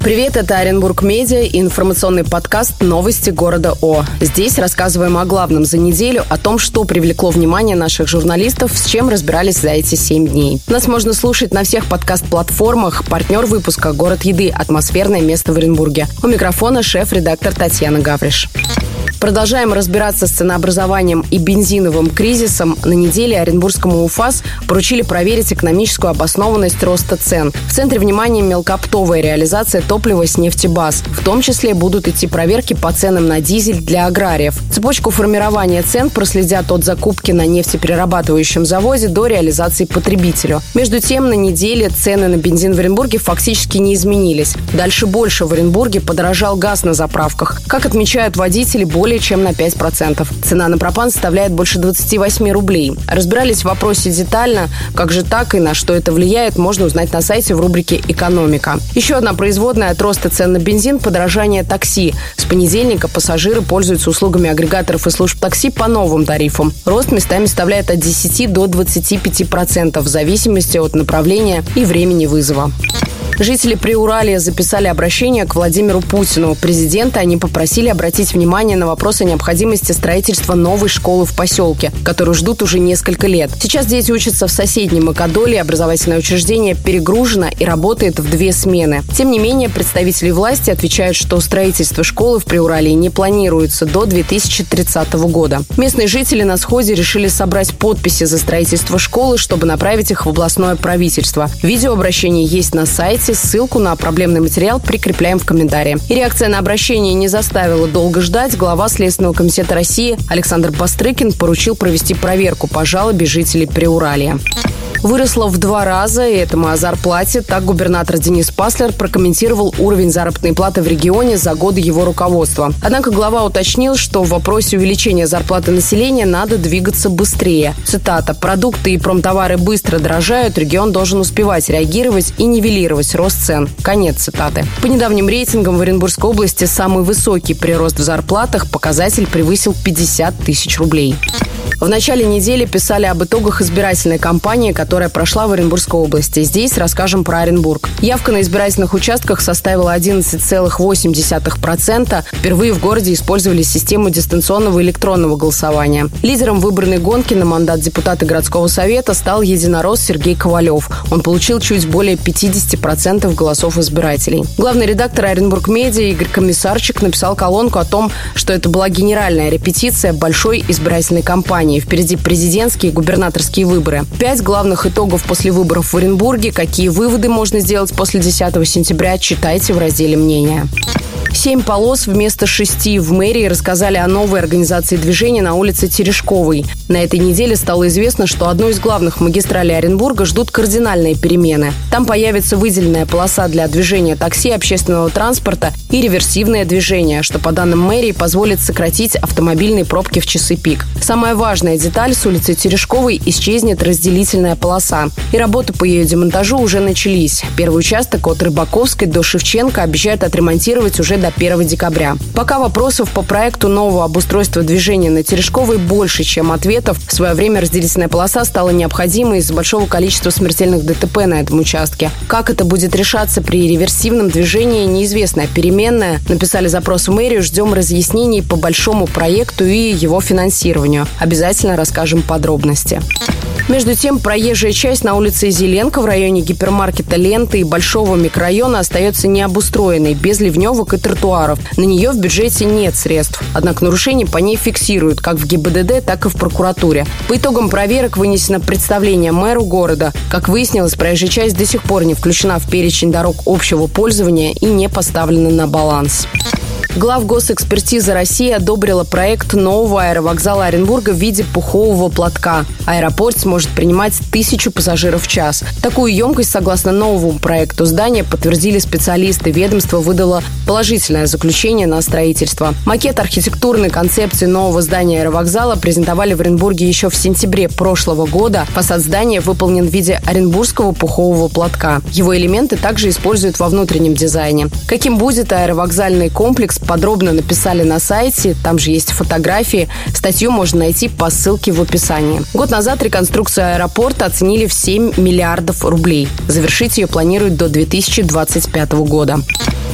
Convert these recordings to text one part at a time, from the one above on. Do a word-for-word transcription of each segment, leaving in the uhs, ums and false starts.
Привет, это Оренбург Медиа и информационный подкаст «Новости города О». Здесь рассказываем о главном за неделю, о том, что привлекло внимание наших журналистов, с чем разбирались за эти семь дней. Нас можно слушать на всех подкаст-платформах. Партнер выпуска «Город еды. Атмосферное место в Оренбурге». У микрофона шеф-редактор Татьяна Гавриш. Продолжаем разбираться с ценообразованием и бензиновым кризисом. На неделе Оренбургскому УФАС поручили проверить экономическую обоснованность роста цен. В центре внимания мелкооптовая реализация топлива с нефтебаз. В том числе будут идти проверки по ценам на дизель для аграриев. Цепочку формирования цен проследят от закупки на нефтеперерабатывающем заводе до реализации потребителю. Между тем, на неделе цены на бензин в Оренбурге фактически не изменились. Дальше больше в Оренбурге подорожал газ на заправках. Как отмечают водители, более чем на пять процентов. Цена на пропан составляет больше двадцать восемь рублей. Разбирались в вопросе детально. Как же так и на что это влияет, можно узнать на сайте в рубрике «Экономика». Еще одна производная от роста цен на бензин – подорожание такси. С понедельника пассажиры пользуются услугами агрегаторов и служб такси по новым тарифам. Рост местами составляет от десяти до двадцати пяти процентов в зависимости от направления и времени вызова. Жители Приуралья записали обращение к Владимиру Путину. Президента они попросили обратить внимание на вопрос о необходимости строительства новой школы в поселке, которую ждут уже несколько лет. Сейчас дети учатся в соседнем Экодоле, образовательное учреждение перегружено и работает в две смены. Тем не менее, представители власти отвечают, что строительство школы в Приуралье не планируется до две тысячи тридцатого года. Местные жители на сходе решили собрать подписи за строительство школы, чтобы направить их в областное правительство. Видеообращение есть на сайте. Ссылку на проблемный материал прикрепляем в комментарии. И реакция на обращение не заставила долго ждать. Глава Следственного комитета России Александр Бастрыкин поручил провести проверку по жалобе жителей Приуралья. Выросла в два раза, и это мы о зарплате. Так губернатор Денис Паслер прокомментировал уровень заработной платы в регионе за годы его руководства. Однако глава уточнил, что в вопросе увеличения зарплаты населения надо двигаться быстрее. Цитата: «Продукты и промтовары быстро дорожают, регион должен успевать реагировать и нивелировать рост цен». Конец цитаты. По недавним рейтингам в Оренбургской области самый высокий прирост в зарплатах, показатель превысил пятьдесят тысяч рублей. В начале недели писали об итогах избирательной кампании, которая прошла в Оренбургской области. Здесь расскажем про Оренбург. Явка на избирательных участках составила одиннадцать целых восемь десятых процента. Впервые в городе использовали систему дистанционного электронного голосования. Лидером выборной гонки на мандат депутата городского совета стал единорос Сергей Ковалев. Он получил чуть более пятьдесят процентов голосов избирателей. Главный редактор Оренбург Медиа Игорь Комиссарчик написал колонку о том, что это была генеральная репетиция большой избирательной кампании. Впереди президентские и губернаторские выборы. Пять главных итогов после выборов в Оренбурге. Какие выводы можно сделать после десятого сентября, читайте в разделе «Мнения». Семь полос вместо шести в мэрии рассказали о новой организации движения на улице Терешковой. На этой неделе стало известно, что одной из главных магистралей Оренбурга ждут кардинальные перемены. Там появится выделенная полоса для движения такси, общественного транспорта и реверсивное движение, что, по данным мэрии, позволит сократить автомобильные пробки в часы пик. Самая важная деталь: с улицы Терешковой исчезнет разделительная полоса. И работы по ее демонтажу уже начались. Первый участок от Рыбаковской до Шевченко обещают отремонтировать уже до первого декабря. Пока вопросов по проекту нового обустройства движения на Терешковой больше, чем ответов. В свое время разделительная полоса стала необходимой из-за большого количества смертельных ДТП на этом участке. Как это будет решаться при реверсивном движении, неизвестная переменная. Написали запрос в мэрию, ждем разъяснений по большому проекту и его финансированию. Обязательно расскажем подробности. Между тем, проезжая часть на улице Зеленко в районе гипермаркета «Лента» и Большого микрорайона остается необустроенной, без ливневок и тротуаров. На нее в бюджете нет средств. Однако нарушения по ней фиксируют как в ГИБДД, так и в прокуратуре. По итогам проверок вынесено представление мэру города. Как выяснилось, проезжая часть до сих пор не включена в перечень дорог общего пользования и не поставлена на баланс. Главгосэкспертиза России одобрила проект нового аэровокзала Оренбурга в виде пухового платка. Аэропорт сможет принимать тысячу пассажиров в час. Такую емкость, согласно новому проекту здания, подтвердили специалисты. Ведомство выдало положительное заключение на строительство. Макет архитектурной концепции нового здания аэровокзала презентовали в Оренбурге еще в сентябре прошлого года. Фасад здания выполнен в виде оренбургского пухового платка. Его элементы также используют во внутреннем дизайне. Каким будет аэровокзальный комплекс, подробно написали на сайте, там же есть фотографии. Статью можно найти по ссылке в описании. Год назад реконструкцию аэропорта оценили в семь миллиардов рублей. Завершить ее планируют до две тысячи двадцать пятого года.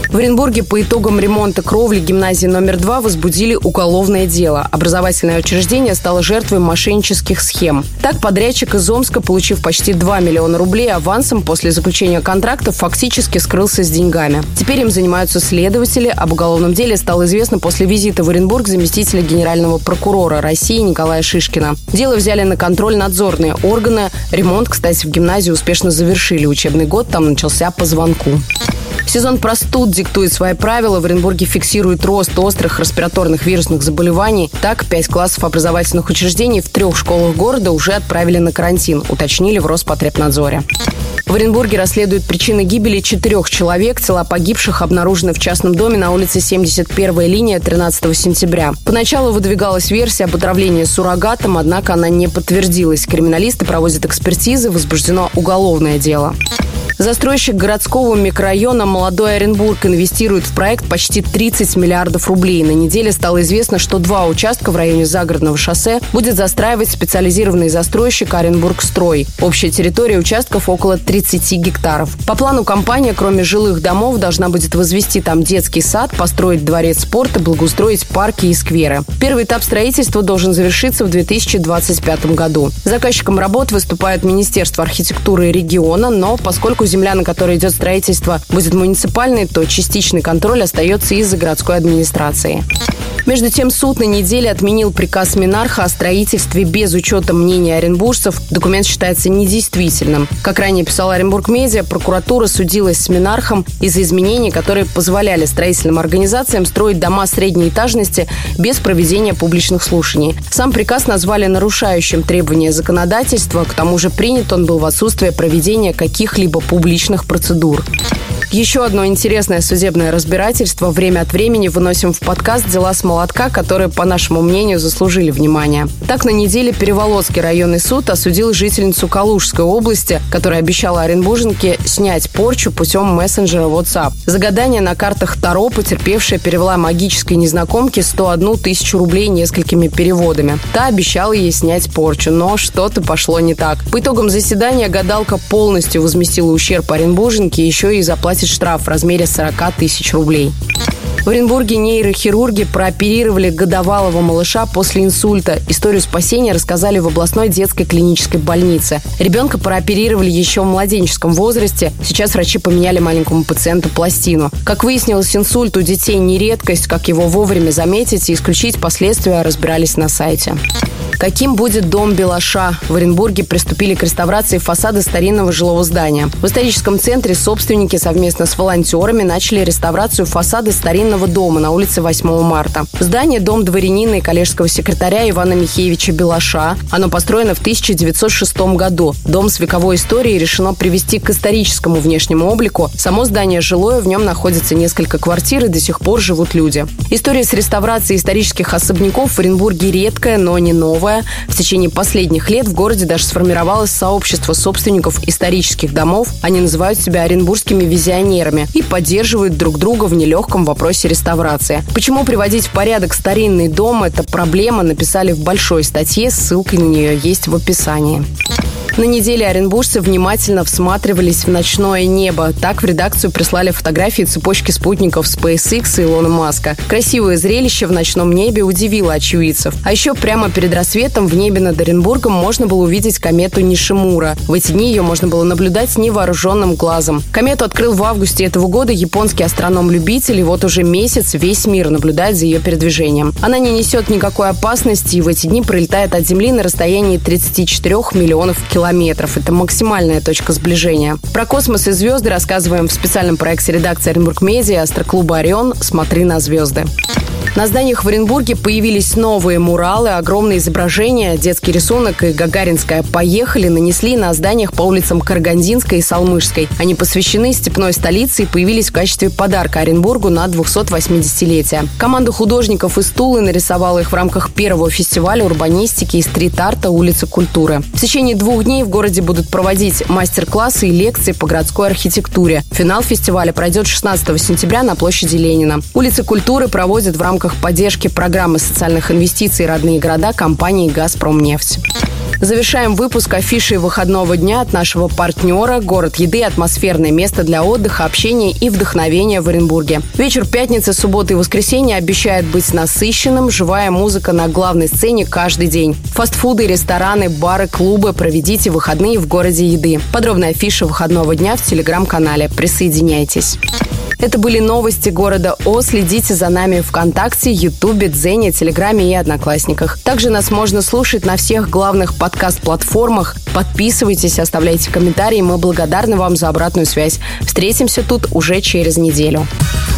В Оренбурге по итогам ремонта кровли гимназии номер два возбудили уголовное дело. Образовательное учреждение стало жертвой мошеннических схем. Так, подрядчик из Омска, получив почти два миллиона рублей авансом, после заключения контракта фактически скрылся с деньгами. Теперь им занимаются следователи. Об уголовном деле стало известно после визита в Оренбург заместителя генерального прокурора России Николая Шишкина. Дело взяли на контроль надзорные органы. Ремонт, кстати, в гимназии успешно завершили. Учебный год там начался по звонку. Сезон простуд диктует свои правила. В Оренбурге фиксирует рост острых респираторных вирусных заболеваний. Так, пять классов образовательных учреждений в трех школах города уже отправили на карантин, уточнили в Роспотребнадзоре. В Оренбурге расследуют причины гибели четырех человек. Тела погибших обнаружены в частном доме на улице семьдесят первая линия тринадцатого сентября. Поначалу выдвигалась версия об отравлении суррогатом, однако она не подтвердилась. Криминалисты проводят экспертизы, возбуждено уголовное дело. Застройщик городского микрорайона «Молодой Оренбург» инвестирует в проект почти тридцать миллиардов рублей. На неделе стало известно, что два участка в районе Загородного шоссе будет застраивать специализированный застройщик «Оренбургстрой». Общая территория участков около тридцати гектаров. По плану компания, кроме жилых домов, должна будет возвести там детский сад, построить дворец спорта, благоустроить парки и скверы. Первый этап строительства должен завершиться в две тысячи двадцать пятом году. Заказчиком работ выступает Министерство архитектуры региона, но поскольку земля, на которой идет строительство, будет муниципальной, то частичный контроль остается из-за городской администрации. Между тем, суд на неделе отменил приказ Минарха о строительстве без учета мнения оренбуржцев. Документ считается недействительным. Как ранее писала Оренбург Медиа, прокуратура судилась с Минархом из-за изменений, которые позволяли строительным организациям строить дома средней этажности без проведения публичных слушаний. Сам приказ назвали нарушающим требования законодательства. К тому же принят он был в отсутствие проведения каких-либо публичных процедур. Еще одно интересное судебное разбирательство. Время от времени выносим в подкаст дела с молотка, которые, по нашему мнению, заслужили внимания. Так, на неделе Переволодский районный суд осудил жительницу Калужской области, которая обещала оренбурженке снять порчу путем мессенджера WhatsApp. За гадание на картах Таро потерпевшая перевела магической незнакомке сто одну тысячу рублей несколькими переводами. Та обещала ей снять порчу, но что-то пошло не так. По итогам заседания гадалка полностью возместила ущерб оренбурженке, еще и заплатила штраф в размере сорок тысяч рублей. В Оренбурге нейрохирурги прооперировали годовалого малыша после инсульта. Историю спасения рассказали в областной детской клинической больнице. Ребенка прооперировали еще в младенческом возрасте. Сейчас врачи поменяли маленькому пациенту пластину. Как выяснилось, инсульт у детей не редкость. Как его вовремя заметить и исключить последствия, разбирались на сайте. Каким будет дом Белаша? В Оренбурге приступили к реставрации фасада старинного жилого здания. В историческом центре собственники совместно с волонтерами начали реставрацию фасада старинного дома на улице восьмого марта. Здание – дом дворянина и коллежского секретаря Ивана Михеевича Белаша. Оно построено в тысяча девятьсот шестом году. Дом с вековой историей решено привести к историческому внешнему облику. Само здание жилое, в нем находится несколько квартир и до сих пор живут люди. История с реставрацией исторических особняков в Оренбурге редкая, но не новая. В течение последних лет в городе даже сформировалось сообщество собственников исторических домов. Они называют себя оренбургскими визионерами и поддерживают друг друга в нелегком вопросе реставрации. Почему приводить в порядок старинный дом – это проблема, написали в большой статье, ссылкой на нее есть в описании. На неделе оренбуржцы внимательно всматривались в ночное небо. Так в редакцию прислали фотографии цепочки спутников SpaceX и Илона Маска. Красивое зрелище в ночном небе удивило очевидцев. А еще прямо перед рассветом в небе над Оренбургом можно было увидеть комету Нишимура. В эти дни ее можно было наблюдать невооруженным глазом. Комету открыл в августе этого года японский астроном-любитель, и вот уже месяц весь мир наблюдает за ее передвижением. Она не несет никакой опасности и в эти дни пролетает от Земли на расстоянии тридцати четырёх миллионов километров. Это максимальная точка сближения. Про космос и звезды рассказываем в специальном проекте редакции Оренбург Медиа Астроклуба «Орион». Смотри на звезды. На зданиях в Оренбурге появились новые муралы, огромные изображения, детский рисунок и гагаринская «Поехали» нанесли на зданиях по улицам Карагандинской и Салмышской. Они посвящены степной столице и появились в качестве подарка Оренбургу на двухсотвосьмидесятилетие. Команда художников из Тулы нарисовала их в рамках первого фестиваля урбанистики и стрит-арта «Улица культуры». В течение двух дней в городе будут проводить мастер-классы и лекции по городской архитектуре. Финал фестиваля пройдет шестнадцатого сентября на площади Ленина. «Улица культуры» проводят в рамках поддержки программы социальных инвестиций «Родные города» компании «Газпромнефть». Завершаем выпуск афишей выходного дня от нашего партнера «Город еды» – атмосферное место для отдыха, общения и вдохновения в Оренбурге. Вечер пятницы, субботы и воскресенья обещает быть насыщенным. Живая музыка на главной сцене каждый день. Фастфуды, рестораны, бары, клубы. Проведите выходные в «Городе еды». Подробная афиша выходного дня в телеграм-канале. Присоединяйтесь. Это были новости города О. Следите за нами ВКонтакте, Ютубе, Дзене, Телеграме и Одноклассниках. Также нас можно слушать на всех главных подкаст-платформах. Подписывайтесь, оставляйте комментарии. Мы благодарны вам за обратную связь. Встретимся тут уже через неделю.